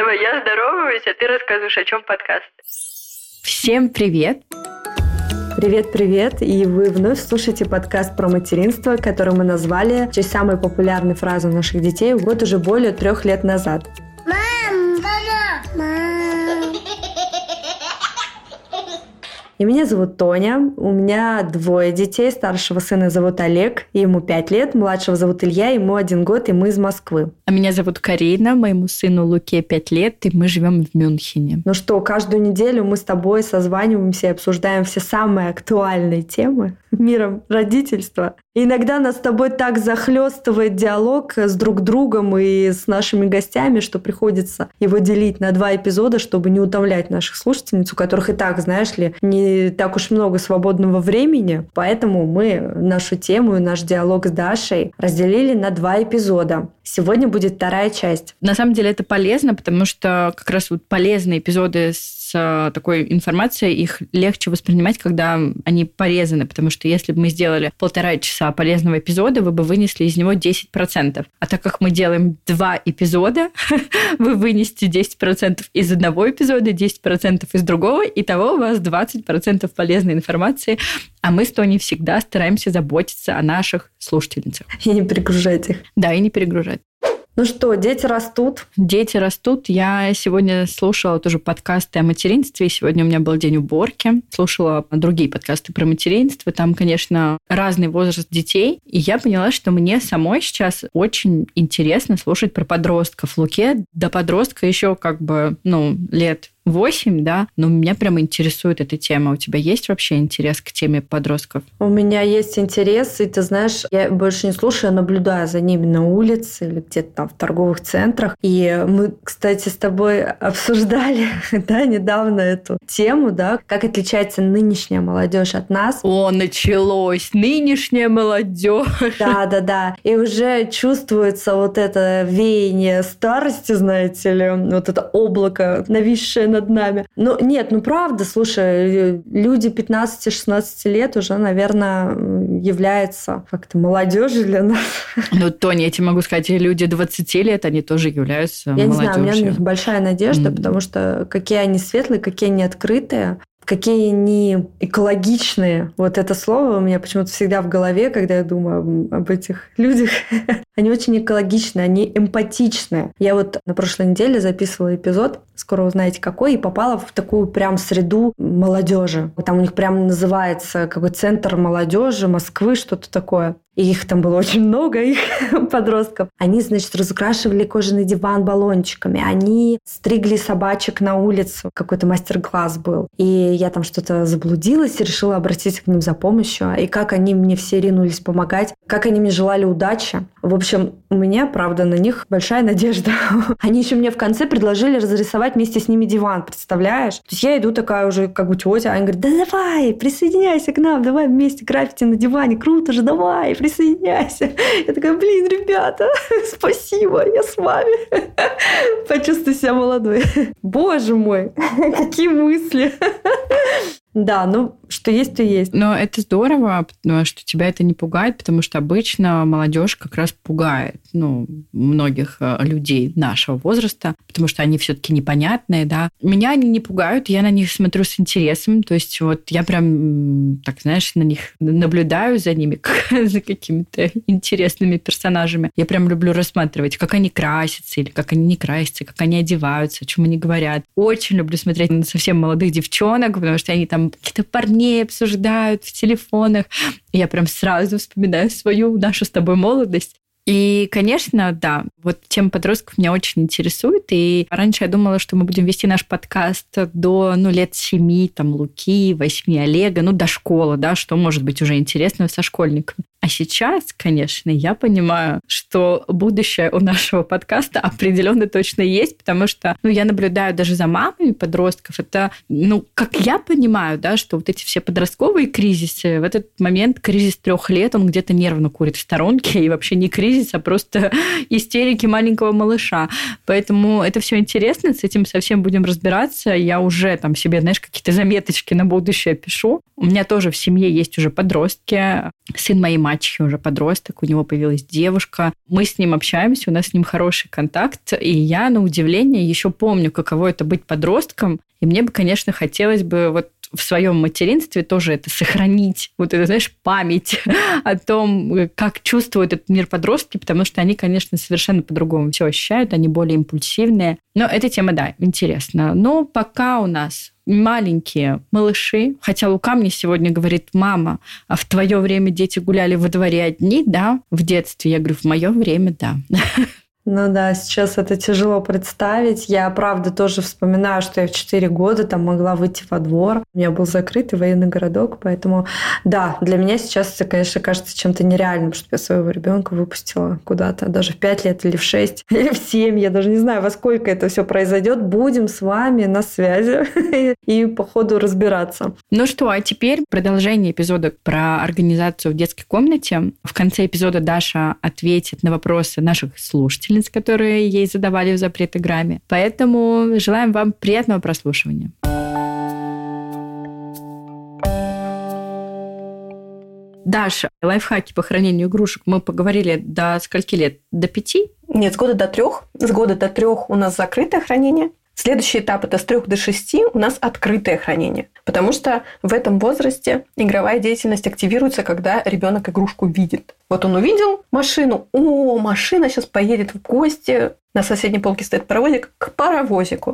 Давай, я здороваюсь, а ты рассказываешь, о чем подкаст. Всем привет! Привет-привет! И вы вновь слушаете подкаст про материнство, который мы назвали в честь самой популярной фразы наших детей вот уже более 3 лет назад. Мам, мама, мам. И меня зовут Тоня, у меня 2 детей, старшего сына зовут Олег, ему 5 лет, младшего зовут Илья, ему 1 год, и мы из Москвы. А меня зовут Карина, моему сыну Луке 5 лет, и мы живем в Мюнхене. Ну что, каждую неделю мы с тобой созваниваемся и обсуждаем все самые актуальные темы мира родительства. И иногда нас с тобой так захлестывает диалог с друг другом и с нашими гостями, что приходится его делить на 2 эпизода, чтобы не утомлять наших слушательниц, у которых и так, знаешь ли, не так уж много свободного времени. Поэтому мы нашу тему и наш диалог с Дашей разделили на 2 эпизода. Сегодня будет 2-я часть. На самом деле это полезно, потому что как раз вот полезные эпизоды с такой информацией, их легче воспринимать, когда они порезаны, потому что если бы мы сделали 1,5 часа полезного эпизода, вы бы вынесли из него 10%. А так как мы делаем 2 эпизода, вы вынесете 10% из одного эпизода, 10% из другого, итого у вас 20% полезной информации. А мы с Тоней всегда стараемся заботиться о наших слушательницах. И не перегружать их. Да, и не перегружать. Ну что, дети растут? Дети растут. Я сегодня слушала тоже подкасты о материнстве. Сегодня у меня был день уборки. Слушала другие подкасты про материнство. Там, конечно, разный возраст детей. И я поняла, что мне самой сейчас очень интересно слушать про подростков. Луке до подростка еще лет 8, да, но меня прямо интересует эта тема. У тебя есть вообще интерес к теме подростков? У меня есть интерес, и ты знаешь, я больше не слушаю, я наблюдаю за ними на улице или где-то там в торговых центрах. И мы, кстати, с тобой обсуждали, да, недавно эту тему, да, как отличается нынешняя молодежь от нас. О, началось! Нынешняя молодежь! Да. И уже чувствуется вот это веяние старости, знаете ли, вот это облако, нависшее над нами. Правда, слушай, люди 15-16 лет уже, наверное, являются как-то молодежью для нас. Тоня, я тебе могу сказать, люди 20 лет, они тоже являются молодежью. Я не знаю, у меня на них большая надежда, потому что какие они светлые, какие они открытые, какие они экологичные. Вот это слово у меня почему-то всегда в голове, когда я думаю об этих людях. Они очень экологичные, они эмпатичные. Я вот на прошлой неделе записывала эпизод, скоро узнаете какой, и попала в такую прям среду молодежи. Там у них прям называется какой центр молодежи Москвы, что-то такое. И их там было очень много, их подростков. Они, значит, разукрашивали кожаный диван баллончиками. Они стригли собачек на улицу. Какой-то мастер-класс был. И я там что-то заблудилась и решила обратиться к ним за помощью. И как они мне все ринулись помогать, как они мне желали удачи. В общем, у меня, правда, на них большая надежда. Они еще мне в конце предложили разрисовать вместе с ними диван, представляешь? То есть я иду такая уже как бы тетя, а они говорят, да давай, присоединяйся к нам, давай вместе граффити на диване, круто же, давай, присоединяйся. Я такая, ребята, спасибо, я с вами. Почувствуй себя молодой. Боже мой, какие мысли. Да, что есть, то есть. Но это здорово, что тебя это не пугает, потому что обычно молодежь как раз пугает, многих людей нашего возраста, потому что они все-таки непонятные, да. Меня они не пугают, я на них смотрю с интересом, то есть вот я прям, так знаешь, на них наблюдаю за ними, как за какими-то интересными персонажами. Я прям люблю рассматривать, как они красятся или как они не красятся, как они одеваются, о чем они говорят. Очень люблю смотреть на совсем молодых девчонок, потому что они там каких-то парней обсуждают в телефонах. И я прям сразу вспоминаю нашу с тобой молодость. И, конечно, да, вот тема подростков меня очень интересует. И раньше я думала, что мы будем вести наш подкаст до лет 7, Луки, 8 Олега, до школы, да, что может быть уже интересного со школьниками. А сейчас, конечно, я понимаю, что будущее у нашего подкаста определенно точно есть, потому что, я наблюдаю даже за мамами подростков. Это, как я понимаю, да, что вот эти все подростковые кризисы, в этот момент кризис 3 лет, он где-то нервно курит в сторонке, и вообще не кризис, а просто истерики маленького малыша. Поэтому это все интересно, с этим совсем будем разбираться. Я уже себе, какие-то заметочки на будущее пишу. У меня тоже в семье есть уже подростки. Сын моей мамы мачехи уже подросток, у него появилась девушка. Мы с ним общаемся, у нас с ним хороший контакт, и я, на удивление, еще помню, каково это быть подростком. И мне бы, конечно, хотелось бы вот в своем материнстве тоже это сохранить. Вот это, знаешь, память о том, как чувствуют этот мир подростки, потому что они, конечно, совершенно по-другому все ощущают, они более импульсивные. Но эта тема, да, интересна. Но пока у нас маленькие малыши, хотя Лука мне сегодня говорит: мама, а в твое время дети гуляли во дворе одни, да, в детстве? Я говорю, в мое время, да. Ну да, сейчас это тяжело представить. Я, правда, тоже вспоминаю, что я в 4 года там могла выйти во двор. У меня был закрытый военный городок, поэтому, да, для меня сейчас это, конечно, кажется чем-то нереальным, что я своего ребенка выпустила куда-то, даже в 5 лет или в 6, или в 7. Я даже не знаю, во сколько это все произойдет. Будем с вами на связи и по ходу разбираться. Ну что, а теперь продолжение эпизода про организацию в детской комнате. В конце эпизода Даша ответит на вопросы наших слушателей, которые ей задавали в запретограмме. Поэтому желаем вам приятного прослушивания. Даша, лайфхаки по хранению игрушек мы поговорили до скольки лет? До 5? Нет, с года до 3. С года до 3 у нас закрытое хранение. Следующий этап – это с 3 до 6 у нас открытое хранение. Потому что в этом возрасте игровая деятельность активируется, когда ребенок игрушку видит. Вот он увидел машину. О, машина сейчас поедет в гости. На соседней полке стоит паровозик к паровозику.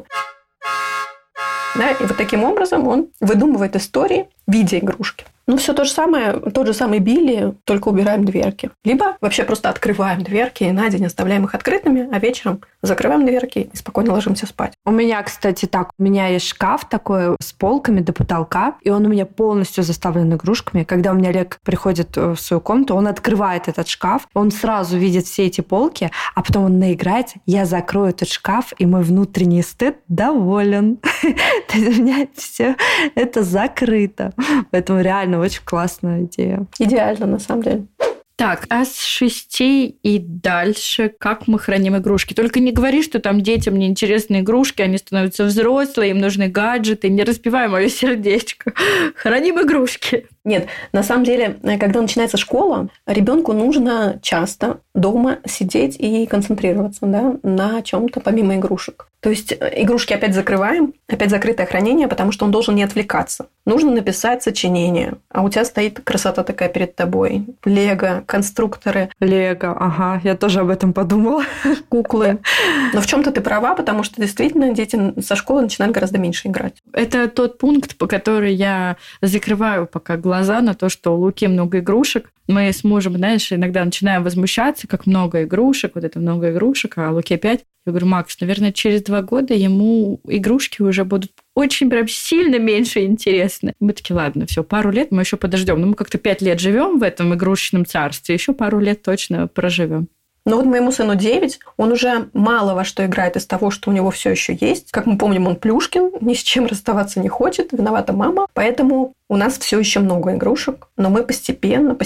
Да, и вот таким образом он выдумывает истории в виде игрушки. Ну, все то же самое, тот же самый Билли, только убираем дверки. Либо вообще просто открываем дверки и на день оставляем их открытыми, а вечером закрываем дверки и спокойно ложимся спать. У меня, кстати, так, у меня есть шкаф такой с полками до потолка, и он у меня полностью заставлен игрушками. Когда у меня Олег приходит в свою комнату, он открывает этот шкаф, он сразу видит все эти полки, а потом он наиграется, я закрою этот шкаф, и мой внутренний стыд доволен. То есть у меня все это закрыто. Поэтому реально очень классная идея. Идеально, на самом деле. Так, а с 6 и дальше как мы храним игрушки? Только не говори, что там детям неинтересны игрушки, они становятся взрослые, им нужны гаджеты. Не разбивай мое сердечко. Храним игрушки. Нет, на самом деле, когда начинается школа, ребенку нужно часто дома сидеть и концентрироваться, да, на чем-то помимо игрушек. То есть игрушки опять закрываем, опять закрытое хранение, потому что он должен не отвлекаться. Нужно написать сочинение, а у тебя стоит красота такая перед тобой. Лего, конструкторы. Лего, ага, я тоже об этом подумала. Куклы. Но в чем-то ты права, потому что действительно дети со школы начинают гораздо меньше играть. Это тот пункт, по которому я закрываю пока глаза на то, что у Луки много игрушек. Мы с мужем, знаешь, иногда начинаем возмущаться, как много игрушек, вот это много игрушек, а Луке 5. Я говорю, Макс, наверное, через 2 года ему игрушки уже будут очень прям сильно меньше интересны. Мы такие, ладно, все, пару лет мы еще подождем. Ну, мы как-то 5 лет живем в этом игрушечном царстве, еще пару лет точно проживем. Но вот моему сыну 9, он уже мало во что играет из того, что у него все еще есть. Как мы помним, он Плюшкин, ни с чем расставаться не хочет, виновата мама. Поэтому у нас все еще много игрушек, но мы постепенно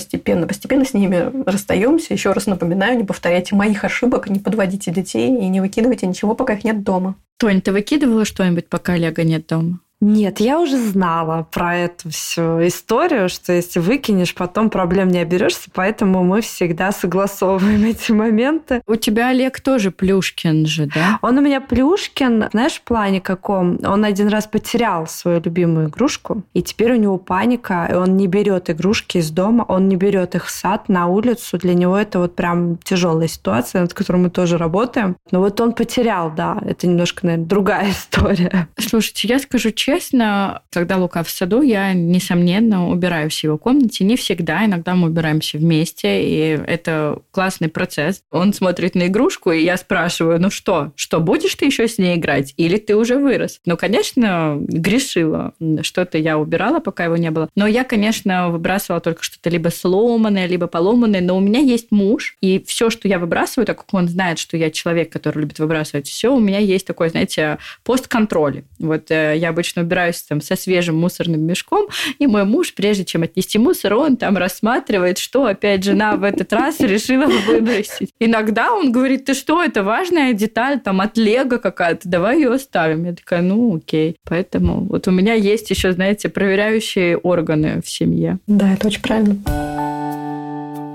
с ними расстаемся. Еще раз напоминаю, не повторяйте моих ошибок, не подводите детей и не выкидывайте ничего, пока их нет дома. Тонь, ты выкидывала что-нибудь, пока Олега нет дома? Нет, я уже знала про эту всю историю, что если выкинешь, потом проблем не оберешься, поэтому мы всегда согласовываем эти моменты. У тебя Олег тоже Плюшкин же, да? Он у меня Плюшкин, знаешь, в плане каком? Он один раз потерял свою любимую игрушку, и теперь у него паника, и он не берет игрушки из дома, он не берет их в сад, на улицу. Для него это вот прям тяжелая ситуация, над которой мы тоже работаем. Но вот он потерял, да, это немножко, наверное, другая история. Слушайте, я скажу честно, когда Лука в саду, я, несомненно, убираюсь в его комнате. Не всегда, иногда мы убираемся вместе, и это классный процесс. Он смотрит на игрушку, и я спрашиваю, ну что будешь ты еще с ней играть? Или ты уже вырос? Ну, конечно, грешила. Что-то я убирала, пока его не было. Но я, конечно, выбрасывала только что-то либо сломанное, либо поломанное. Но у меня есть муж, и все, что я выбрасываю, так как он знает, что я человек, который любит выбрасывать все, у меня есть такой, знаете, постконтроль. Вот я обычно убираюсь там со свежим мусорным мешком, и мой муж, прежде чем отнести мусор, он там рассматривает, что опять жена в этот раз решила выбросить. Иногда он говорит, ты что, это важная деталь там от Лего какая-то, давай ее оставим. Я такая, ну окей. Поэтому вот у меня есть еще, знаете, проверяющие органы в семье. Да, это очень правильно.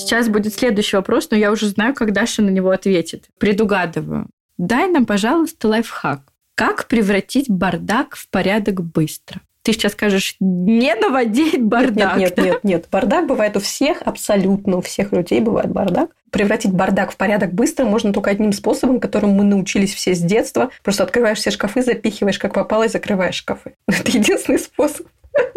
Сейчас будет следующий вопрос, но я уже знаю, как Даша на него ответит. Предугадываю. Дай нам, пожалуйста, лайфхак. Как превратить бардак в порядок быстро? Ты сейчас скажешь, не наводить бардак. Нет. Бардак бывает у всех, абсолютно у всех людей бывает бардак. Превратить бардак в порядок быстро можно только одним способом, которому мы научились все с детства. Просто открываешь все шкафы, запихиваешь как попало и закрываешь шкафы. Это единственный способ.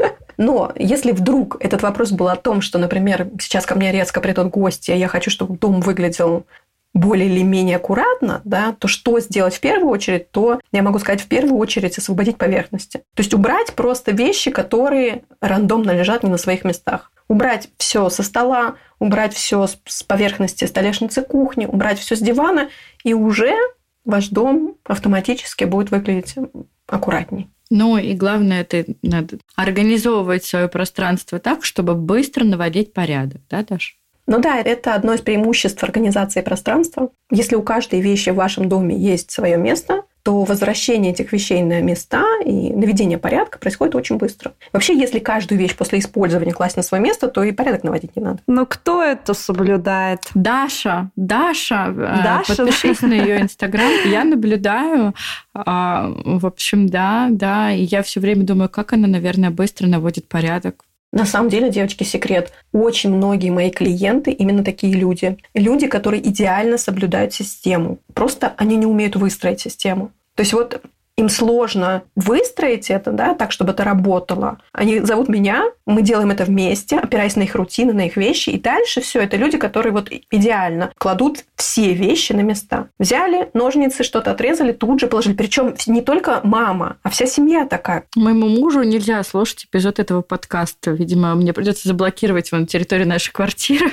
Но если вдруг этот вопрос был о том, что, например, сейчас ко мне резко придут гости, а я хочу, чтобы дом выглядел более или менее аккуратно, да, то что сделать в первую очередь, то я могу сказать в первую очередь освободить поверхности. То есть убрать просто вещи, которые рандомно лежат не на своих местах. Убрать все со стола, убрать все с поверхности столешницы кухни, убрать все с дивана, и уже ваш дом автоматически будет выглядеть аккуратней. Ну и главное, это надо организовывать свое пространство так, чтобы быстро наводить порядок, да, Даша? Ну да, это одно из преимуществ организации пространства. Если у каждой вещи в вашем доме есть свое место, то возвращение этих вещей на места и наведение порядка происходит очень быстро. Вообще, если каждую вещь после использования класть на свое место, то и порядок наводить не надо. Но кто это соблюдает? Даша, подпишись на ее Инстаграм. Я наблюдаю. В общем, да. И я все время думаю, как она, наверное, быстро наводит порядок. На самом деле, девочки, секрет. Очень многие мои клиенты именно такие люди. Люди, которые идеально соблюдают систему. Просто они не умеют выстроить систему. То есть вот им сложно выстроить это, да, так, чтобы это работало. Они зовут меня, мы делаем это вместе, опираясь на их рутины, на их вещи. И дальше все это люди, которые вот идеально кладут все вещи на места. Взяли ножницы, что-то отрезали, тут же положили. Причем не только мама, а вся семья такая. Моему мужу нельзя слушать эпизод этого подкаста. Видимо, мне придется заблокировать его на территории нашей квартиры,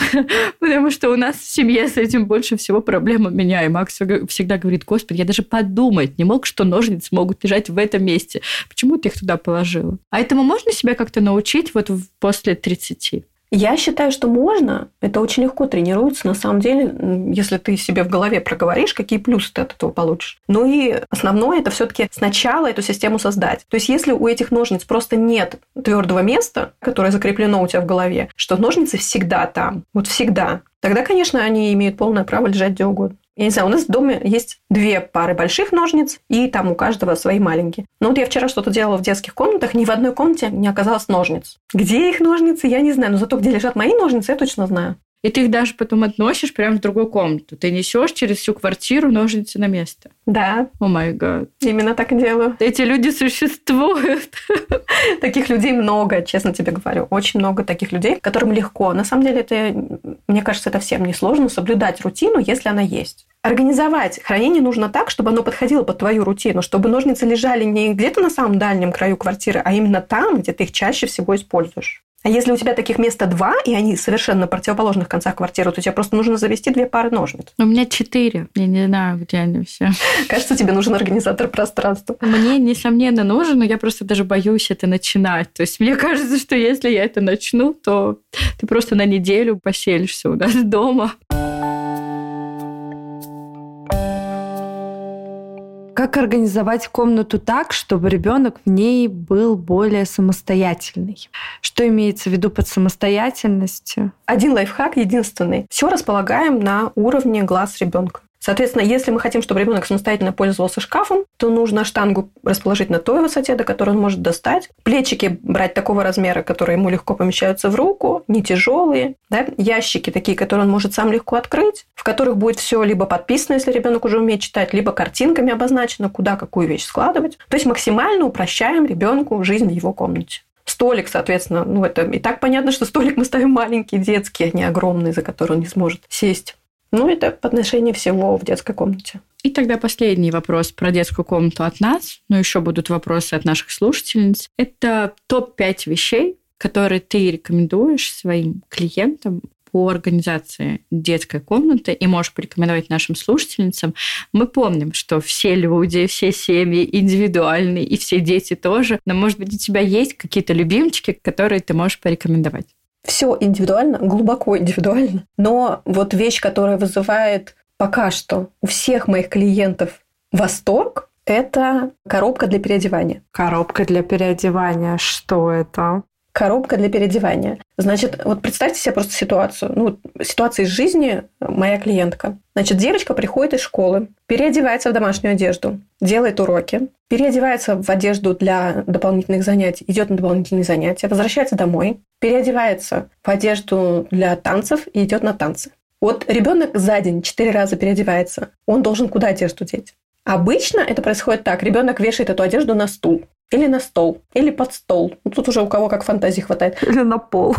потому что у нас в семье с этим больше всего проблем у меня. И Макс всегда говорит: Господи, я даже подумать не мог, что ножницы могут лежать в этом месте. Почему ты их туда положила? А этому можно себя как-то научить вот после 30? Я считаю, что можно. Это очень легко тренируется. На самом деле, если ты себе в голове проговоришь, какие плюсы ты от этого получишь. Ну и основное, это все-таки сначала эту систему создать. То есть, если у этих ножниц просто нет твердого места, которое закреплено у тебя в голове, что ножницы всегда там, вот всегда, тогда, конечно, они имеют полное право лежать где угодно. Я не знаю, у нас в доме есть 2 пары больших ножниц, и там у каждого свои маленькие. Но вот я вчера что-то делала в детских комнатах, ни в одной комнате не оказалось ножниц. Где их ножницы, я не знаю, но зато где лежат мои ножницы, я точно знаю. И ты их даже потом относишь прямо в другую комнату. Ты несешь через всю квартиру ножницы на место. Да. О май гад. Именно так и делаю. Эти люди существуют. Таких людей много, честно тебе говорю. Очень много таких людей, которым легко. На самом деле, это, мне кажется, это всем несложно соблюдать рутину, если она есть. Организовать хранение нужно так, чтобы оно подходило под твою рутину, чтобы ножницы лежали не где-то на самом дальнем краю квартиры, а именно там, где ты их чаще всего используешь. А если у тебя таких места 2, и они совершенно на противоположных концах квартиры, то тебе просто нужно завести 2 пары ножниц. У меня 4. Я не знаю, где они все. Кажется, тебе нужен организатор пространства. Мне, несомненно, нужен, но я просто даже боюсь это начинать. То есть мне кажется, что если я это начну, то ты просто на неделю поселишься у нас дома. Как организовать комнату так, чтобы ребенок в ней был более самостоятельный? Что имеется в виду под самостоятельностью? Один лайфхак единственный. Все располагаем на уровне глаз ребенка. Соответственно, если мы хотим, чтобы ребенок самостоятельно пользовался шкафом, то нужно штангу расположить на той высоте, до которой он может достать. Плечики брать такого размера, которые ему легко помещаются в руку, не тяжелые. Да? Ящики такие, которые он может сам легко открыть, в которых будет все либо подписано, если ребенок уже умеет читать, либо картинками обозначено, куда какую вещь складывать. То есть максимально упрощаем ребенку жизнь в его комнате. Столик, соответственно, это и так понятно, что столик мы ставим маленький, детский, а не огромный, за который он не сможет сесть. Это подношение всего в детской комнате. И тогда последний вопрос про детскую комнату от нас, но еще будут вопросы от наших слушательниц. Это топ-5 вещей, которые ты рекомендуешь своим клиентам по организации детской комнаты и можешь порекомендовать нашим слушательницам. Мы помним, что все люди, все семьи индивидуальные, и все дети тоже. Но, может быть, у тебя есть какие-то любимчики, которые ты можешь порекомендовать? Все индивидуально, глубоко индивидуально. Но вот вещь, которая вызывает пока что у всех моих клиентов восторг, это коробка для переодевания. Коробка для переодевания. Что это? Коробка для переодевания. Значит, вот представьте себе просто ситуацию. Ситуация из жизни моя клиентка. Значит, девочка приходит из школы, переодевается в домашнюю одежду, делает уроки, переодевается в одежду для дополнительных занятий, идет на дополнительные занятия, возвращается домой, переодевается в одежду для танцев и идет на танцы. Вот ребенок за день 4 раза переодевается. Он должен куда одежду деть? Обычно это происходит так. Ребенок вешает эту одежду на стул. Или на стол, или под стол. Тут уже у кого как фантазии хватает. Или на пол.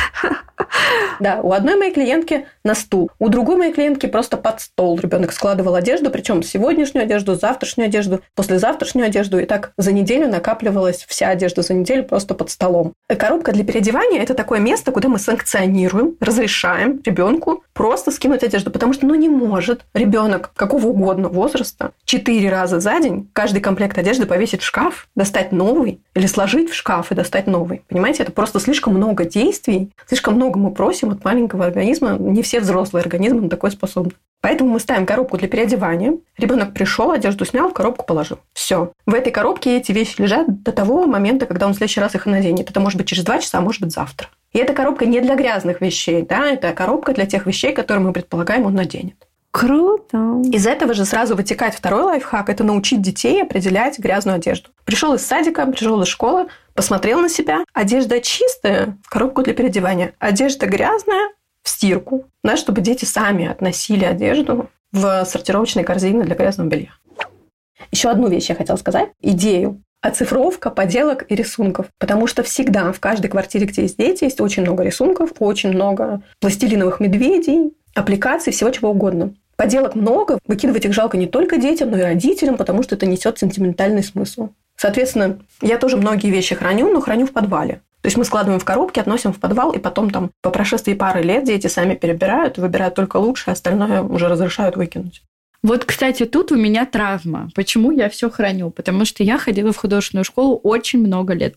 Да, у одной моей клиентки на стул, у другой моей клиентки просто под стол. Ребенок складывал одежду, причем сегодняшнюю одежду, завтрашнюю одежду, послезавтрашнюю одежду. И так за неделю накапливалась вся одежда за неделю просто под столом. Коробка для переодевания – это такое место, куда мы санкционируем, разрешаем ребенку просто скинуть одежду. Потому что не может ребенок какого угодно возраста 4 раза за день каждый комплект одежды повесить в шкаф, достать новый, или сложить в шкаф и достать новый. Понимаете, это просто слишком много действий, слишком много мы просим от маленького организма. Не все взрослые организмы на такое способны. Поэтому мы ставим коробку для переодевания. Ребенок пришел, одежду снял, в коробку положил. Все. В этой коробке эти вещи лежат до того момента, когда он в следующий раз их наденет. Это может быть через 2 часа, а может быть завтра. И эта коробка не для грязных вещей, да, это коробка для тех вещей, которые мы предполагаем, он наденет. Круто. Из этого же сразу вытекает второй лайфхак – это научить детей определять грязную одежду. Пришел из садика, пришел из школы, посмотрел на себя. Одежда чистая – в коробку для переодевания. Одежда грязная – в стирку. Да, чтобы дети сами относили одежду в сортировочные корзины для грязного белья. Еще одну вещь я хотела сказать. Идею. Оцифровка поделок и рисунков. Потому что всегда в каждой квартире, где есть дети, есть очень много рисунков, очень много пластилиновых медведей, аппликаций, всего чего угодно. Поделок много, выкидывать их жалко не только детям, но и родителям, потому что это несет сентиментальный смысл. Соответственно, я тоже многие вещи храню, но храню в подвале. То есть мы складываем в коробки, относим в подвал, и потом там по прошествии пары лет дети сами перебирают, выбирают только лучшее, остальное уже разрешают выкинуть. Вот, кстати, тут у меня травма. Почему я все храню? Потому что я ходила в художественную школу очень много лет.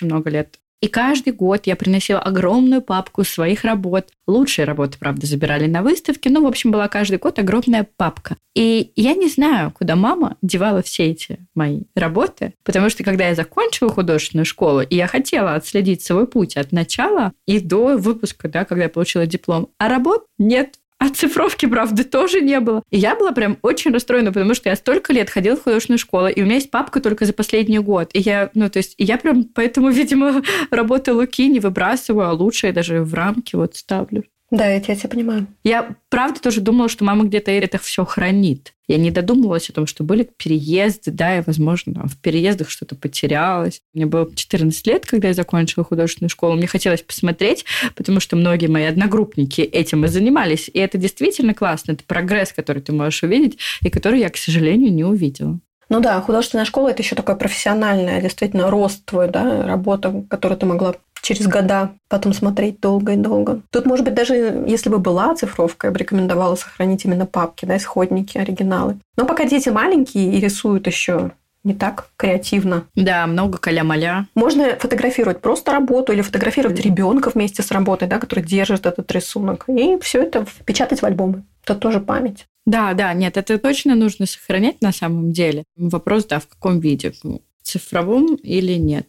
И каждый год я приносила огромную папку своих работ. Лучшие работы, правда, забирали на выставке. В общем, была каждый год огромная папка. И я не знаю, куда мама девала все эти мои работы. Потому что, когда я закончила художественную школу, и я хотела отследить свой путь от начала и до выпуска, да, когда я получила диплом, а работ нет. Оцифровки, правда, тоже не было. И я была прям очень расстроена, потому что я столько лет ходила в художественную школу, и у меня есть папка только за последний год. И я, я прям поэтому, видимо, работы Луки не выбрасываю, а лучше я даже в рамки ставлю. Да, я тебя понимаю. Я, правда, тоже думала, что мама где-то это все хранит. Я не додумывалась о том, что были переезды, да, и, возможно, в переездах что-то потерялось. Мне было 14 лет, когда я закончила художественную школу. Мне хотелось посмотреть, потому что многие мои одногруппники этим и занимались. И это действительно классно. Это прогресс, который ты можешь увидеть, и который я, к сожалению, не увидела. Ну да, художественная школа – это еще такое профессиональное, действительно, рост твой, да, работа, которую ты могла через года потом смотреть долго и долго. Тут, может быть, даже если бы была оцифровка, я бы рекомендовала сохранить именно папки, да, исходники, оригиналы. Но пока дети маленькие и рисуют еще не так креативно. Да, много каля-маля. Можно фотографировать просто работу или фотографировать ребенка вместе с работой, да, который держит этот рисунок, и все это впечатать в альбомы. Это тоже память. Да, нет, это точно нужно сохранять на самом деле. Вопрос, да, в каком виде, цифровом или нет.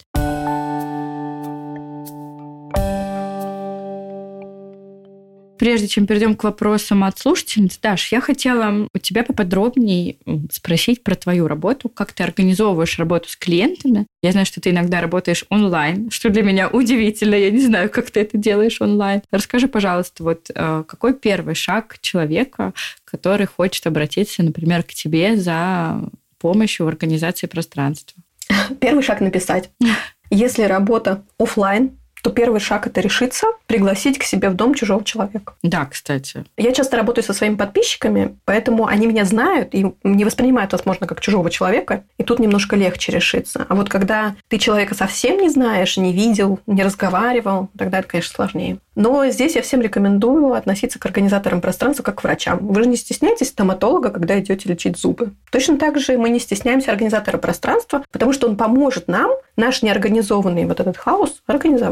Прежде чем перейдем к вопросам от слушательниц, Даш, я хотела у тебя поподробнее спросить про твою работу, как ты организовываешь работу с клиентами. Я знаю, что ты иногда работаешь онлайн, что для меня удивительно. Я не знаю, как ты это делаешь онлайн. Расскажи, пожалуйста, какой первый шаг человека, который хочет обратиться, например, к тебе за помощью в организации пространства? Первый шаг написать. Если работа офлайн, то первый шаг – это решиться пригласить к себе в дом чужого человека. Да, кстати. Я часто работаю со своими подписчиками, поэтому они меня знают и не воспринимают, возможно, как чужого человека, и тут немножко легче решиться. А вот когда ты человека совсем не знаешь, не видел, не разговаривал, тогда это, конечно, сложнее. Но здесь я всем рекомендую относиться к организаторам пространства как к врачам. Вы же не стесняетесь стоматолога, когда идете лечить зубы. Точно так же мы не стесняемся организатора пространства, потому что он поможет нам наш неорганизованный этот хаос организовать.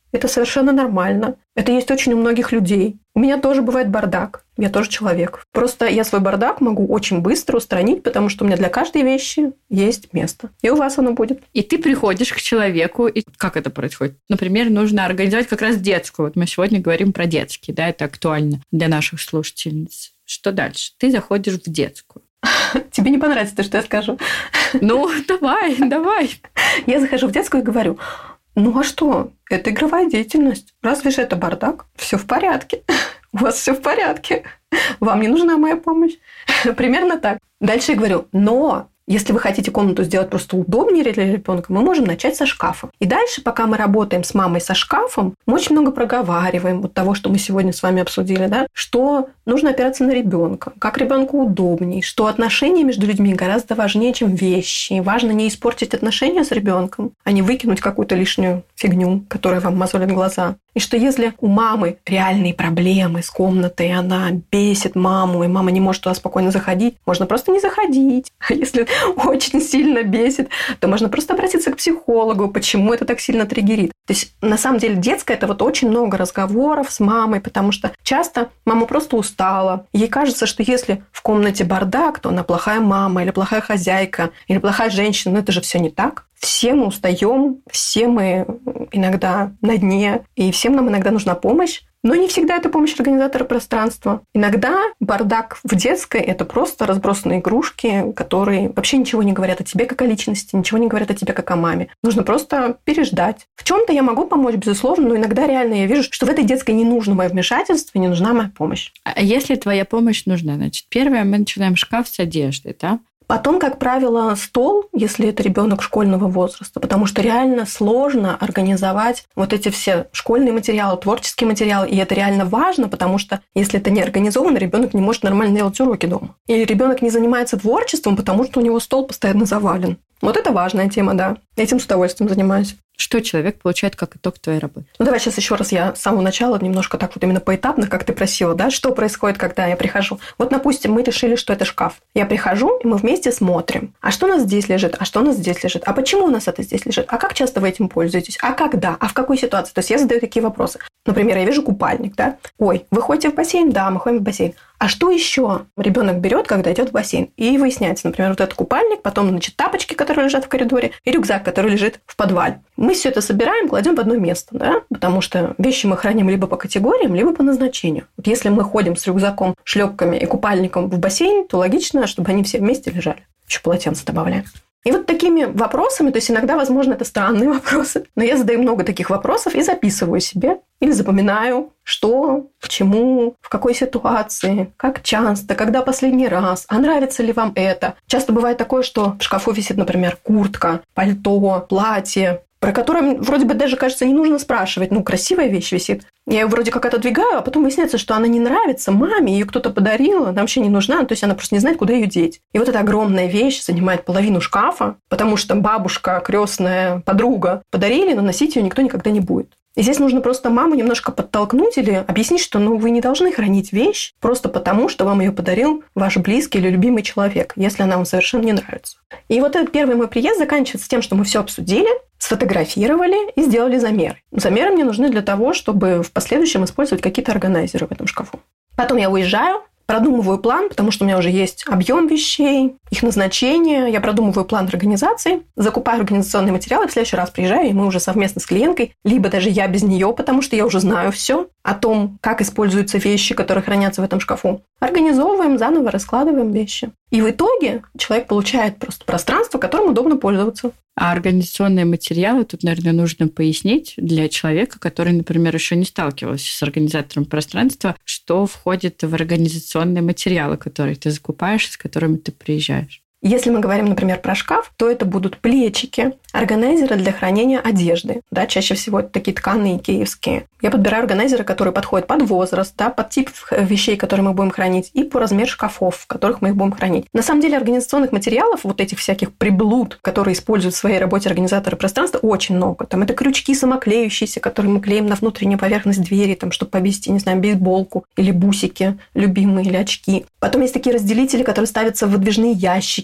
Это совершенно нормально. Это есть очень у многих людей. У меня тоже бывает бардак. Я тоже человек. Просто я свой бардак могу очень быстро устранить, потому что у меня для каждой вещи есть место. И у вас оно будет. И ты приходишь к человеку, и как это происходит? Например, нужно организовать как раз детскую. Вот мы сегодня говорим про детские, да, это актуально для наших слушательниц. Что дальше? Ты заходишь в детскую. Тебе не понравится то, что я скажу. Ну, давай. Я захожу в детскую и говорю: ну а что? Это игровая деятельность. Разве же это бардак? Все в порядке. У вас все в порядке. Вам не нужна моя помощь. Примерно так. Дальше я говорю: но если вы хотите комнату сделать просто удобнее для ребенка, мы можем начать со шкафа. И дальше, пока мы работаем с мамой со шкафом, мы очень много проговариваем вот того, что мы сегодня с вами обсудили, да, что нужно опираться на ребенка, как ребенку удобней, что отношения между людьми гораздо важнее, чем вещи. Важно не испортить отношения с ребенком, а не выкинуть какую-то лишнюю фигню, которая вам мозолит глаза. И что если у мамы реальные проблемы с комнатой, она бесит маму, и мама не может туда спокойно заходить, можно просто не заходить. А если очень сильно бесит, то можно просто обратиться к психологу, почему это так сильно триггерит. То есть, на самом деле, детское – это вот очень много разговоров с мамой, потому что часто мама просто устала. Ей кажется, что если в комнате бардак, то она плохая мама, или плохая хозяйка, или плохая женщина. Но это же все не так. Все мы устаем, все мы иногда на дне, и всем нам иногда нужна помощь. Но не всегда это помощь организатора пространства. Иногда бардак в детской – это просто разбросанные игрушки, которые вообще ничего не говорят о тебе как о личности, ничего не говорят о тебе как о маме. Нужно просто переждать. В чем-то я могу помочь, безусловно, но иногда реально я вижу, что в этой детской не нужно мое вмешательство, не нужна моя помощь. А если твоя помощь нужна? Значит, первое, мы начинаем шкаф с одеждой, да? Потом, как правило, стол, если это ребенок школьного возраста, потому что реально сложно организовать вот эти все школьные материалы, творческие материалы, и это реально важно, потому что если это не организовано, ребенок не может нормально делать уроки дома. Или ребенок не занимается творчеством, потому что у него стол постоянно завален. Вот это важная тема, да. Этим с удовольствием занимаюсь. Что человек получает как итог твоей работы? Ну, давай сейчас еще раз я с самого начала немножко так вот именно поэтапно, как ты просила, да, что происходит, когда я прихожу. Вот, допустим, мы решили, что это шкаф. Я прихожу, и мы вместе смотрим. А что у нас здесь лежит? А что у нас здесь лежит? А почему у нас это здесь лежит? А как часто вы этим пользуетесь? А когда? А в какой ситуации? То есть я задаю такие вопросы. Например, я вижу купальник, да? Ой, вы ходите в бассейн? Да, мы ходим в бассейн. А что еще ребенок берет, когда идет в бассейн? И выясняется, например, вот этот купальник, потом, значит, тапочки, которые лежат в коридоре, и рюкзак, который лежит в подвале. Мы все это собираем, кладем в одно место, да? Потому что вещи мы храним либо по категориям, либо по назначению. Вот если мы ходим с рюкзаком, шлепками и купальником в бассейн, то логично, чтобы они все вместе лежали. Еще полотенце добавляем. И вот такими вопросами, то есть иногда, возможно, это странные вопросы, но я задаю много таких вопросов и записываю себе или запоминаю, что, почему, в какой ситуации, как часто, когда последний раз, а нравится ли вам это. Часто бывает такое, что в шкафу висит, например, куртка, пальто, платье, про которое вроде бы даже, кажется, не нужно спрашивать. Ну, красивая вещь висит. Я ее вроде как отодвигаю, а потом выясняется, что она не нравится маме, ее кто-то подарил, она вообще не нужна, то есть она просто не знает, куда ее деть. И вот эта огромная вещь занимает половину шкафа, потому что бабушка, крестная, подруга подарили, но носить ее никто никогда не будет. И здесь нужно просто маму немножко подтолкнуть или объяснить, что вы не должны хранить вещь просто потому, что вам ее подарил ваш близкий или любимый человек, если она вам совершенно не нравится. И вот этот первый мой приезд заканчивается тем, что мы все обсудили, сфотографировали и сделали замеры. Замеры мне нужны для того, чтобы в последующем использовать какие-то органайзеры в этом шкафу. Потом я уезжаю, продумываю план, потому что у меня уже есть объем вещей, их назначение. Я продумываю план организации, закупаю организационные материалы, в следующий раз приезжаю, и мы уже совместно с клиенткой, либо даже я без нее, потому что я уже знаю все о том, как используются вещи, которые хранятся в этом шкафу. Организовываем, заново раскладываем вещи. И в итоге человек получает просто пространство, которым удобно пользоваться. А организационные материалы тут, наверное, нужно пояснить для человека, который, например, еще не сталкивался с организатором пространства, что входит в организационные материалы, которые ты закупаешь, с которыми ты приезжаешь. Если мы говорим, например, про шкаф, то это будут плечики, органайзеры для хранения одежды. Да, чаще всего это такие тканые киевские. Я подбираю органайзеры, которые подходят под возраст, да, под тип вещей, которые мы будем хранить, и по размеру шкафов, в которых мы их будем хранить. На самом деле организационных материалов, вот этих всяких приблуд, которые используют в своей работе организаторы пространства, очень много. Там это крючки самоклеющиеся, которые мы клеим на внутреннюю поверхность двери, там, чтобы повесить, не знаю, бейсболку или бусики любимые, или очки. Потом есть такие разделители, которые ставятся в выдвижные ящики,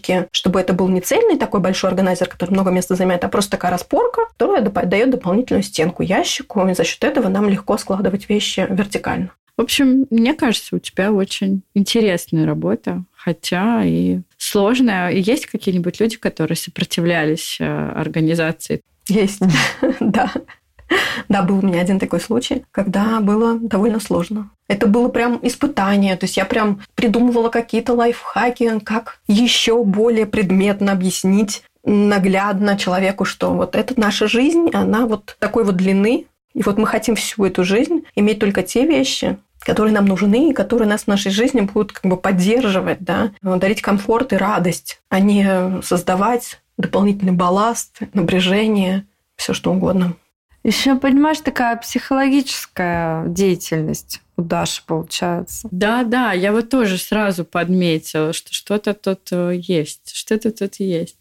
шкафчике, чтобы это был не цельный такой большой органайзер, который много места займет, а просто такая распорка, которая дает дополнительную стенку ящику, и за счет этого нам легко складывать вещи вертикально. В общем, мне кажется, у тебя очень интересная работа, хотя и сложная. И есть какие-нибудь люди, которые сопротивлялись организации? Есть, да. Да, был у меня один такой случай, когда было довольно сложно. Это было прям испытание. То есть я прям придумывала какие-то лайфхаки, как еще более предметно объяснить наглядно человеку, что вот это наша жизнь, она вот такой вот длины, и вот мы хотим всю эту жизнь иметь только те вещи, которые нам нужны, и которые нас в нашей жизни будут как бы поддерживать, да, дарить комфорт и радость, а не создавать дополнительный балласт, напряжение, все что угодно. Еще, понимаешь, такая психологическая деятельность у Даши получается. Да, я вот тоже сразу подметила, что что-то тут есть. Что-то тут есть.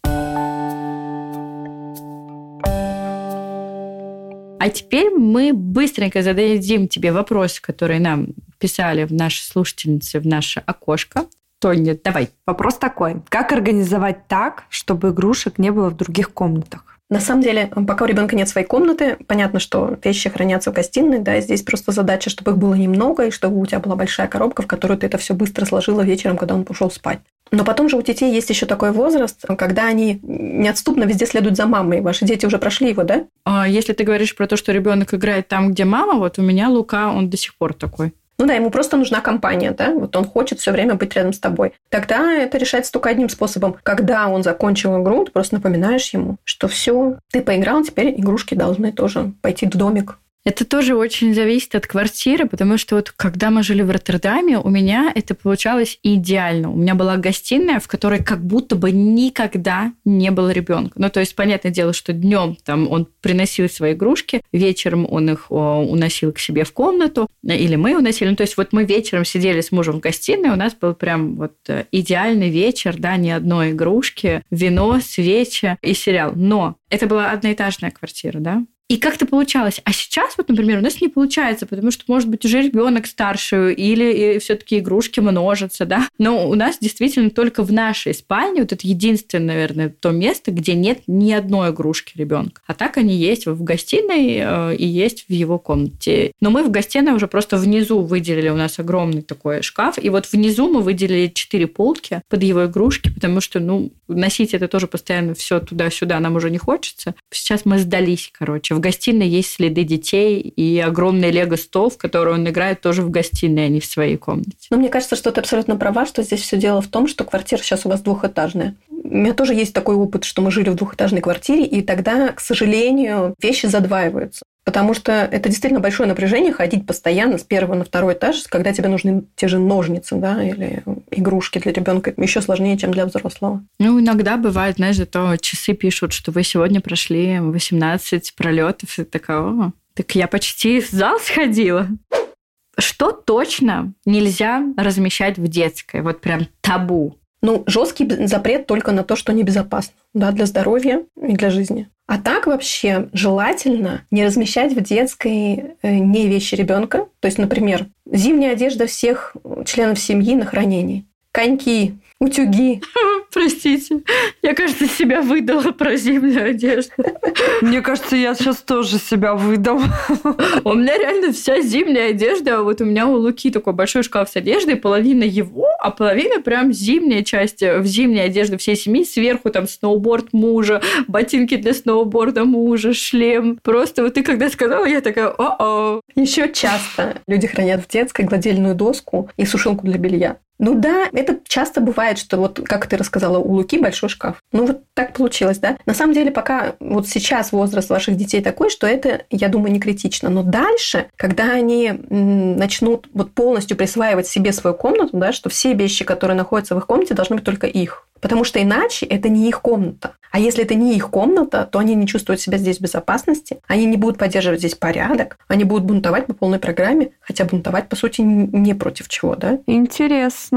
А теперь мы быстренько зададим тебе вопросы, которые нам писали в наши слушательницы, в наше окошко. Тоня, давай. Вопрос такой. Как организовать так, чтобы игрушек не было в других комнатах? На самом деле, пока у ребенка нет своей комнаты, понятно, что вещи хранятся в гостиной, да, и здесь просто задача, чтобы их было немного, и чтобы у тебя была большая коробка, в которую ты это все быстро сложила вечером, когда он пошел спать. Но потом же у детей есть еще такой возраст, когда они неотступно везде следуют за мамой. Ваши дети уже прошли его, да? Если ты говоришь про то, что ребенок играет там, где мама, вот у меня Лука, он до сих пор такой. Ну да, ему просто нужна компания, да, вот он хочет все время быть рядом с тобой. Тогда это решается только одним способом. Когда он закончил игру, ты просто напоминаешь ему, что все, ты поиграл, теперь игрушки должны тоже пойти в домик. Это тоже очень зависит от квартиры, потому что вот когда мы жили в Роттердаме, у меня это получалось идеально. У меня была гостиная, в которой как будто бы никогда не было ребенка. Ну, то есть, понятное дело, что днем там он приносил свои игрушки, вечером он их уносил к себе в комнату, или мы уносили. Ну, то есть, вот мы вечером сидели с мужем в гостиной, у нас был прям вот идеальный вечер, да, ни одной игрушки, вино, свечи и сериал. Но это была одноэтажная квартира, да. И как-то получалось. А сейчас, вот, например, у нас не получается, потому что, может быть, уже ребенок старше, или все-таки игрушки множатся, да. Но у нас действительно только в нашей спальне вот это единственное, наверное, то место, где нет ни одной игрушки ребенка. А так они есть в гостиной и есть в его комнате. Но мы в гостиной уже просто внизу выделили, у нас огромный такой шкаф, и вот внизу мы выделили 4 полки под его игрушки, потому что, носить это тоже постоянно все туда-сюда нам уже не хочется. Сейчас мы сдались, короче. В гостиной есть следы детей и огромный лего-стол, в который он играет тоже в гостиной, а не в своей комнате. Мне кажется, что ты абсолютно права, что здесь все дело в том, что квартира сейчас у вас двухэтажная. У меня тоже есть такой опыт, что мы жили в двухэтажной квартире, и тогда, к сожалению, вещи задваиваются. Потому что это действительно большое напряжение ходить постоянно с первого на второй этаж, когда тебе нужны те же ножницы, да, или игрушки для ребенка. Это еще сложнее, чем для взрослого. Иногда бывает, знаешь, зато часы пишут, что вы сегодня прошли 18 пролетов. И такая, так я почти в зал сходила. Что точно нельзя размещать в детской? Вот прям табу. Жесткий запрет только на то, что небезопасно, да, для здоровья и для жизни. А так вообще желательно не размещать в детской не вещи ребенка. То есть, например, зимняя одежда всех членов семьи на хранении. Коньки, утюги. Простите, я, кажется, себя выдала про зимнюю одежду. Мне кажется, я сейчас тоже себя выдам. У меня реально вся зимняя одежда. Вот у меня у Луки такой большой шкаф с одеждой, половина его, а половина прям зимняя часть в зимней одежды всей семьи. Сверху там сноуборд мужа, ботинки для сноуборда мужа, шлем. Просто вот ты когда сказала, я такая, о-о. Еще часто люди хранят в детской гладильную доску и сушилку для белья. Да, это часто бывает, что вот, как ты рассказала, у Луки большой шкаф. Вот так получилось, да? На самом деле, пока вот сейчас возраст ваших детей такой, что это, я думаю, не критично. Но дальше, когда они начнут вот полностью присваивать себе свою комнату, да, что все вещи, которые находятся в их комнате, должны быть только их. Потому что иначе это не их комната. А если это не их комната, то они не чувствуют себя здесь в безопасности, они не будут поддерживать здесь порядок, они будут бунтовать по полной программе, хотя бунтовать, по сути, не против чего, да? Интересно.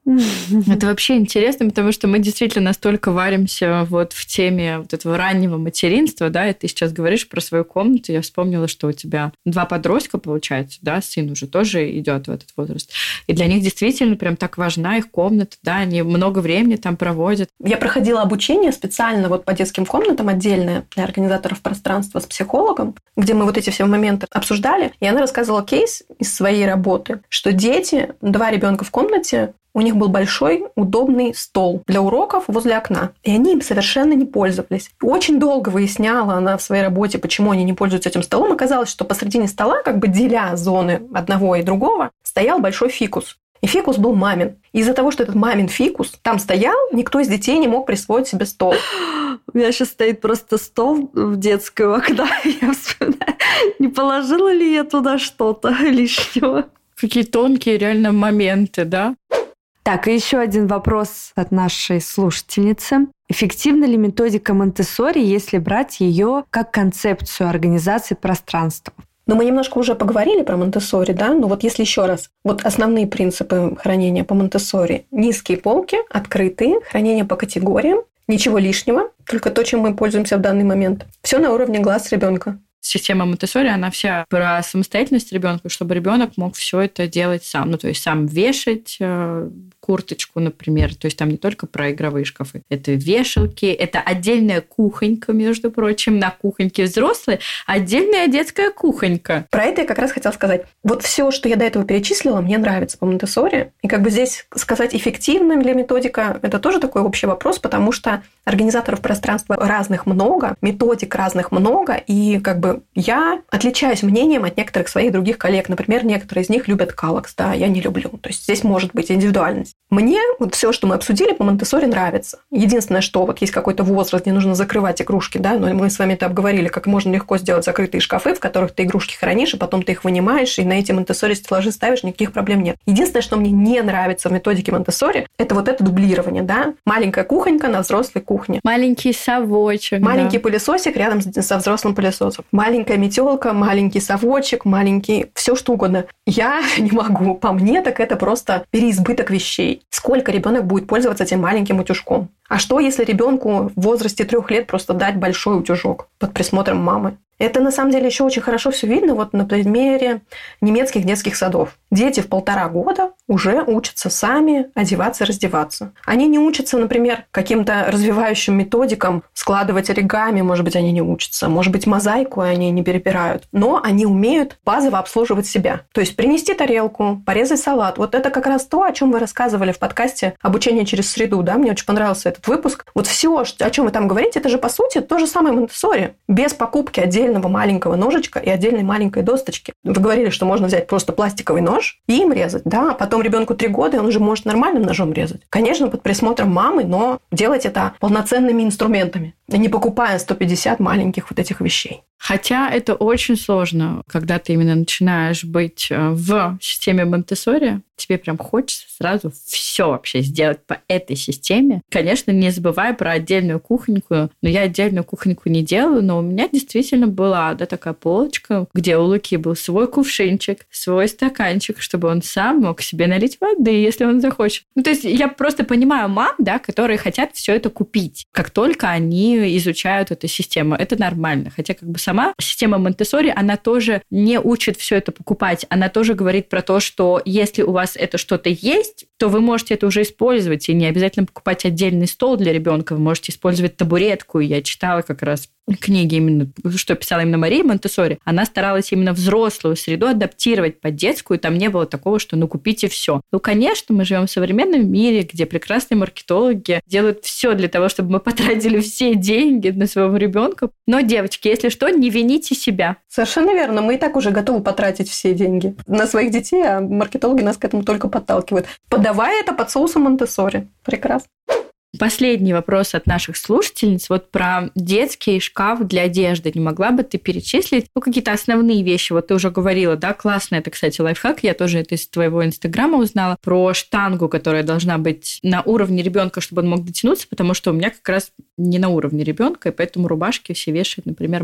Это вообще интересно, потому что мы действительно настолько варимся вот в теме вот этого раннего материнства, да, и ты сейчас говоришь про свою комнату, я вспомнила, что у тебя 2 подростка, получается, да, сын уже тоже идет в этот возраст, и для них действительно прям так важна их комната, да, они много времени там проводят. Я проходила обучение специально вот по детским комнатам отдельное для организаторов пространства с психологом, где мы вот эти все моменты обсуждали, и она рассказывала кейс из своей работы, что дети, 2 ребенка в комнате, у них был большой, удобный стол для уроков возле окна. И они им совершенно не пользовались. Очень долго выясняла она в своей работе, почему они не пользуются этим столом. Оказалось, что посредине стола, как бы деля зоны одного и другого, стоял большой фикус. И фикус был мамин. Из-за того, что этот мамин фикус там стоял, никто из детей не мог присвоить себе стол. У меня сейчас стоит просто стол в детской у окна. Я вспоминаю, не положила ли я туда что-то лишнего. Какие тонкие реально моменты, да? Так, и еще один вопрос от нашей слушательницы. Эффективна ли методика Монтессори, если брать ее как концепцию организации пространства? Ну, мы немножко уже поговорили про Монтессори, да? Но вот если еще раз, вот основные принципы хранения по Монтессори. Низкие полки, открытые, хранение по категориям, ничего лишнего, только то, чем мы пользуемся в данный момент. Все на уровне глаз ребенка. Система Монтессори, она вся про самостоятельность ребенка, чтобы ребенок мог все это делать сам. Ну, то есть сам вешать курточку, например. То есть там не только про игровые шкафы. Это вешалки, это отдельная кухонька, между прочим. На кухоньке взрослые, отдельная детская кухонька. Про это я как раз хотела сказать. Вот все, что я до этого перечислила, мне нравится по Монтессори. И как бы здесь сказать, эффективна ли методика, это тоже такой общий вопрос, потому что организаторов пространства разных много, методик разных много, и как бы я отличаюсь мнением от некоторых своих других коллег. Например, некоторые из них любят калакс, да, я не люблю. То есть здесь может быть индивидуальность. Мне вот все, что мы обсудили по Монтессори, нравится. Единственное, что вот есть какой-то возраст, где нужно закрывать игрушки, да, но мы с вами это обговорили, как можно легко сделать закрытые шкафы, в которых ты игрушки хранишь, и потом ты их вынимаешь, и на эти Монтессори стеллажи ставишь, никаких проблем нет. Единственное, что мне не нравится в методике Монтессори, это вот это дублирование, да. Маленькая кухонька на взрослой кухне. Маленький совочек. Маленький да. пылесосик рядом со взрослым пылесосом. Маленькая метелка, маленький совочек, маленький... Все что угодно. Я не могу. По мне, так это просто переизбыток вещей. Сколько ребенок будет пользоваться этим маленьким утюжком? А что, если ребенку в возрасте 3 лет просто дать большой утюжок под присмотром мамы? Это, на самом деле, еще очень хорошо все видно вот на примере немецких детских садов. Дети в 1,5 года уже учатся сами одеваться и раздеваться. Они не учатся, например, каким-то развивающим методикам складывать оригами, может быть, они не учатся, может быть, мозаику они не перебирают, но они умеют базово обслуживать себя. То есть принести тарелку, порезать салат. Вот это как раз то, о чем вы рассказывали в подкасте «Обучение через среду». Да? Мне очень понравился этот выпуск. Вот все, о чем вы там говорите, это же, по сути, то же самое Монтессори. Без покупки отдельного маленького ножичка и отдельной маленькой досточки. Вы говорили, что можно взять просто пластиковый нож и им резать. Да, а потом ребенку 3 года, и он уже может нормальным ножом резать. Конечно, под присмотром мамы, но делать это полноценными инструментами, не покупая 150 маленьких вот этих вещей. Хотя это очень сложно, когда ты именно начинаешь быть в системе Монтессори, тебе прям хочется сразу все вообще сделать по этой системе. Конечно, не забывай про отдельную кухоньку, но я отдельную кухоньку не делаю, но у меня действительно была, да, такая полочка, где у Луки был свой кувшинчик, свой стаканчик, чтобы он сам мог себе налить воды, если он захочет. Ну, то есть я просто понимаю мам, да, которые хотят все это купить, как только они изучают эту систему. Это нормально. Хотя как бы сама система Монтессори, она тоже не учит все это покупать. Она тоже говорит про то, что если у вас это что-то есть, то вы можете это уже использовать. И не обязательно покупать отдельный стол для ребенка. Вы можете использовать табуретку. Я читала как раз книги именно, что писала именно Мария Монтессори. Она старалась именно взрослую среду адаптировать под детскую. Там не было такого, что ну купите все. Ну, конечно, мы живем в современном мире, где прекрасные маркетологи делают все для того, чтобы мы потратили все деньги на своего ребенка. Но, девочки, если что, не вините себя. Совершенно верно. Мы и так уже готовы потратить все деньги на своих детей, а маркетологи нас к этому только подталкивают. Подавая это под соусом Монтессори. Прекрасно. Последний вопрос от наших слушательниц. Вот про детский шкаф для одежды. Не могла бы ты перечислить какие-то основные вещи? Вот ты уже говорила, да, классно. Это, кстати, лайфхак. Я тоже это из твоего Инстаграма узнала. Про штангу, которая должна быть на уровне ребенка, чтобы он мог дотянуться, потому что у меня как раз не на уровне ребенка, и поэтому рубашки все вешает, например, мама.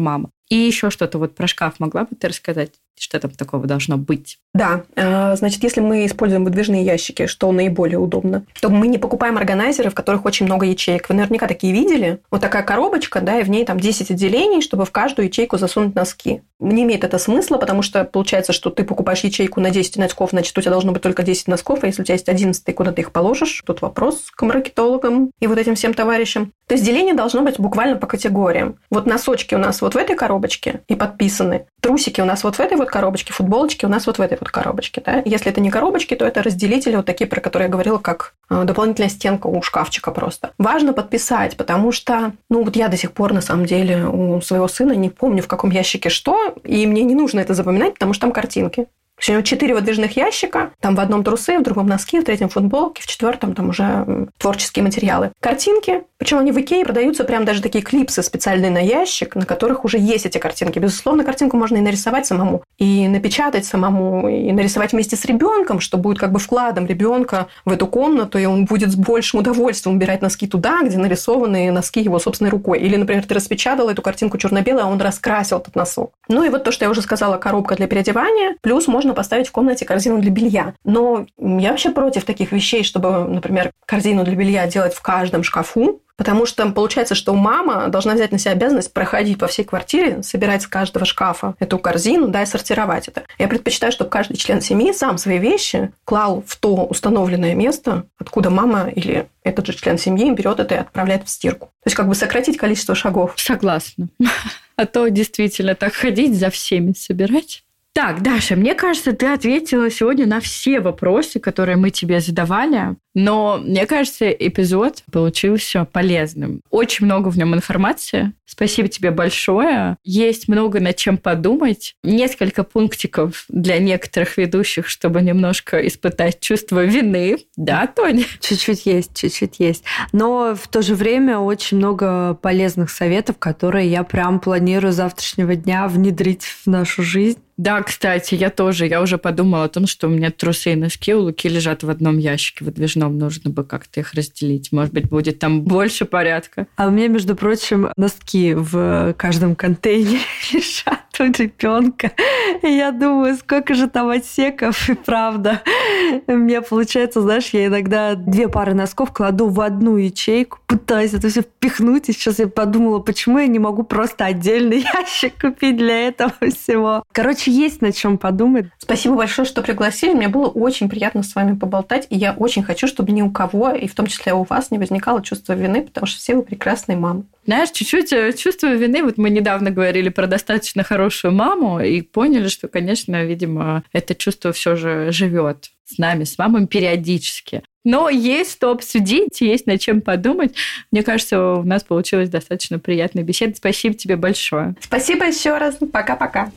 И еще что-то вот про шкаф могла бы ты рассказать? Что там такого должно быть? Да, значит, если мы используем выдвижные ящики, что наиболее удобно, то мы не покупаем органайзеры, в которых очень много ячеек. Вы наверняка такие видели. Вот такая коробочка, да, и в ней там 10 отделений, чтобы в каждую ячейку засунуть носки. Не имеет это смысла, потому что получается, что ты покупаешь ячейку на 10 носков, значит, у тебя должно быть только 10 носков, а если у тебя есть 11, ты куда ты их положишь? Тут вопрос к маркетологам и вот этим всем товарищам. То есть деление должно быть буквально по категориям. Вот носочки у нас вот в этой коробочке и подписаны. Трусики у нас вот в этой вот коробочке, футболочки у нас вот в этой вот коробочке. Да? Если это не коробочки, то это разделители вот такие, про которые я говорила, как дополнительная стенка у шкафчика просто. Важно подписать, потому что, вот я до сих пор, на самом деле, у своего сына не помню, в каком ящике что, и мне не нужно это запоминать, потому что там картинки. У него 4 выдвижных ящика, там в одном трусы, в другом носки, в третьем футболке, в четвертом там уже творческие материалы. Картинки, причем они в Икее продаются прям даже такие клипсы специальные на ящик, на которых уже есть эти картинки. Безусловно, картинку можно и нарисовать самому, и напечатать самому, и нарисовать вместе с ребенком, что будет как бы вкладом ребенка в эту комнату, и он будет с большим удовольствием убирать носки туда, где нарисованы носки его собственной рукой. Или, например, ты распечатала эту картинку черно-белой, а он раскрасил этот носок. И вот то, что я уже сказала, коробка для переодевания, плюс можно поставить в комнате корзину для белья. Но я вообще против таких вещей, чтобы, например, корзину для белья делать в каждом шкафу, потому что получается, что мама должна взять на себя обязанность проходить по всей квартире, собирать с каждого шкафа эту корзину, да, и сортировать это. Я предпочитаю, чтобы каждый член семьи сам свои вещи клал в то установленное место, откуда мама или этот же член семьи берет это и отправляет в стирку. То есть как бы сократить количество шагов. Согласна. А то действительно так ходить за всеми собирать. Так, Даша, мне кажется, ты ответила сегодня на все вопросы, которые мы тебе задавали, но мне кажется, эпизод получился полезным. Очень много в нем информации. Спасибо тебе большое. Есть много над чем подумать. Несколько пунктиков для некоторых ведущих, чтобы немножко испытать чувство вины. Да, Тоня? Чуть-чуть есть. Но в то же время очень много полезных советов, которые я прям планирую с завтрашнего дня внедрить в нашу жизнь. Да, кстати, я уже подумала о том, что у меня трусы и носки у Луки лежат в одном ящике выдвижном. Нужно бы как-то их разделить. Может быть, будет там больше порядка. А у меня, между прочим, носки в каждом контейнере лежат у ребенка. И я думаю, сколько же там отсеков, и правда. У меня получается, знаешь, я иногда 2 пары носков кладу в одну ячейку, пытаюсь это все впихнуть. И сейчас я подумала, почему я не могу просто отдельный ящик купить для этого всего. Короче, есть над чем подумать. Спасибо большое, что пригласили. Мне было очень приятно с вами поболтать. И я очень хочу, чтобы ни у кого, и в том числе у вас, не возникало чувства вины, потому что все вы прекрасные мамы. Знаешь, чуть-чуть чувство вины. Вот мы недавно говорили про достаточно хорошую маму и поняли, что, конечно, видимо, это чувство все же живет с нами, с мамой периодически. Но есть что обсудить, есть над чем подумать. Мне кажется, у нас получилась достаточно приятная беседа. Спасибо тебе большое. Спасибо еще раз. Пока-пока.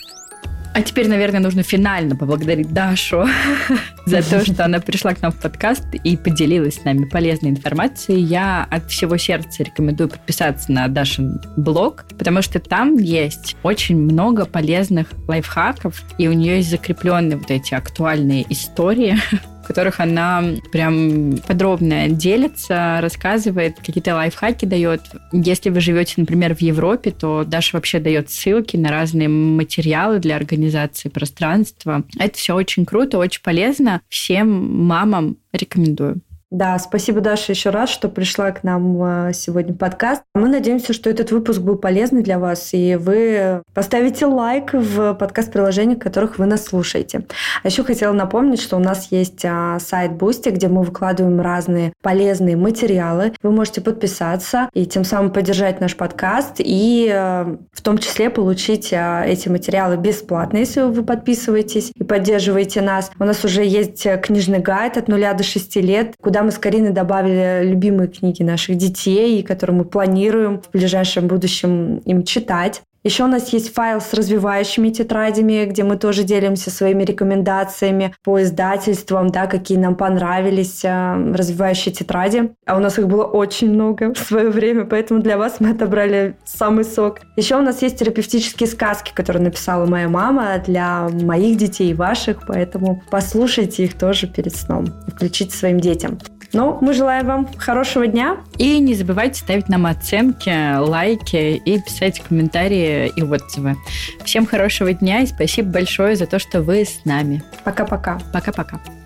А теперь, наверное, нужно финально поблагодарить Дашу за то, что она пришла к нам в подкаст и поделилась с нами полезной информацией. Я от всего сердца рекомендую подписаться на Дашин блог, потому что там есть очень много полезных лайфхаков, и у нее есть закрепленные вот эти актуальные истории, в которых она прям подробно делится, рассказывает, какие-то лайфхаки дает. Если вы живете, например, в Европе, то Даша вообще дает ссылки на разные материалы для организации пространства. Это все очень круто, очень полезно. Всем мамам рекомендую. Да, спасибо, Даша, еще раз, что пришла к нам сегодня в подкаст. Мы надеемся, что этот выпуск был полезный для вас, и вы поставите лайк в подкаст-приложениях, в которых вы нас слушаете. А еще хотела напомнить, что у нас есть сайт Boosty, где мы выкладываем разные полезные материалы. Вы можете подписаться и тем самым поддержать наш подкаст, и в том числе получить эти материалы бесплатно, если вы подписываетесь и поддерживаете нас. У нас уже есть книжный гайд от 0 до 6 лет, куда мы с Кариной добавили любимые книги наших детей, которые мы планируем в ближайшем будущем им читать. Еще у нас есть файл с развивающими тетрадями, где мы тоже делимся своими рекомендациями по издательствам, да, какие нам понравились развивающие тетради. А у нас их было очень много в свое время, поэтому для вас мы отобрали самый сок. Еще у нас есть терапевтические сказки, которые написала моя мама для моих детей и ваших, поэтому послушайте их тоже перед сном и включите своим детям. Но мы желаем вам хорошего дня. И не забывайте ставить нам оценки, лайки и писать комментарии и отзывы. Всем хорошего дня и спасибо большое за то, что вы с нами. Пока-пока. Пока-пока.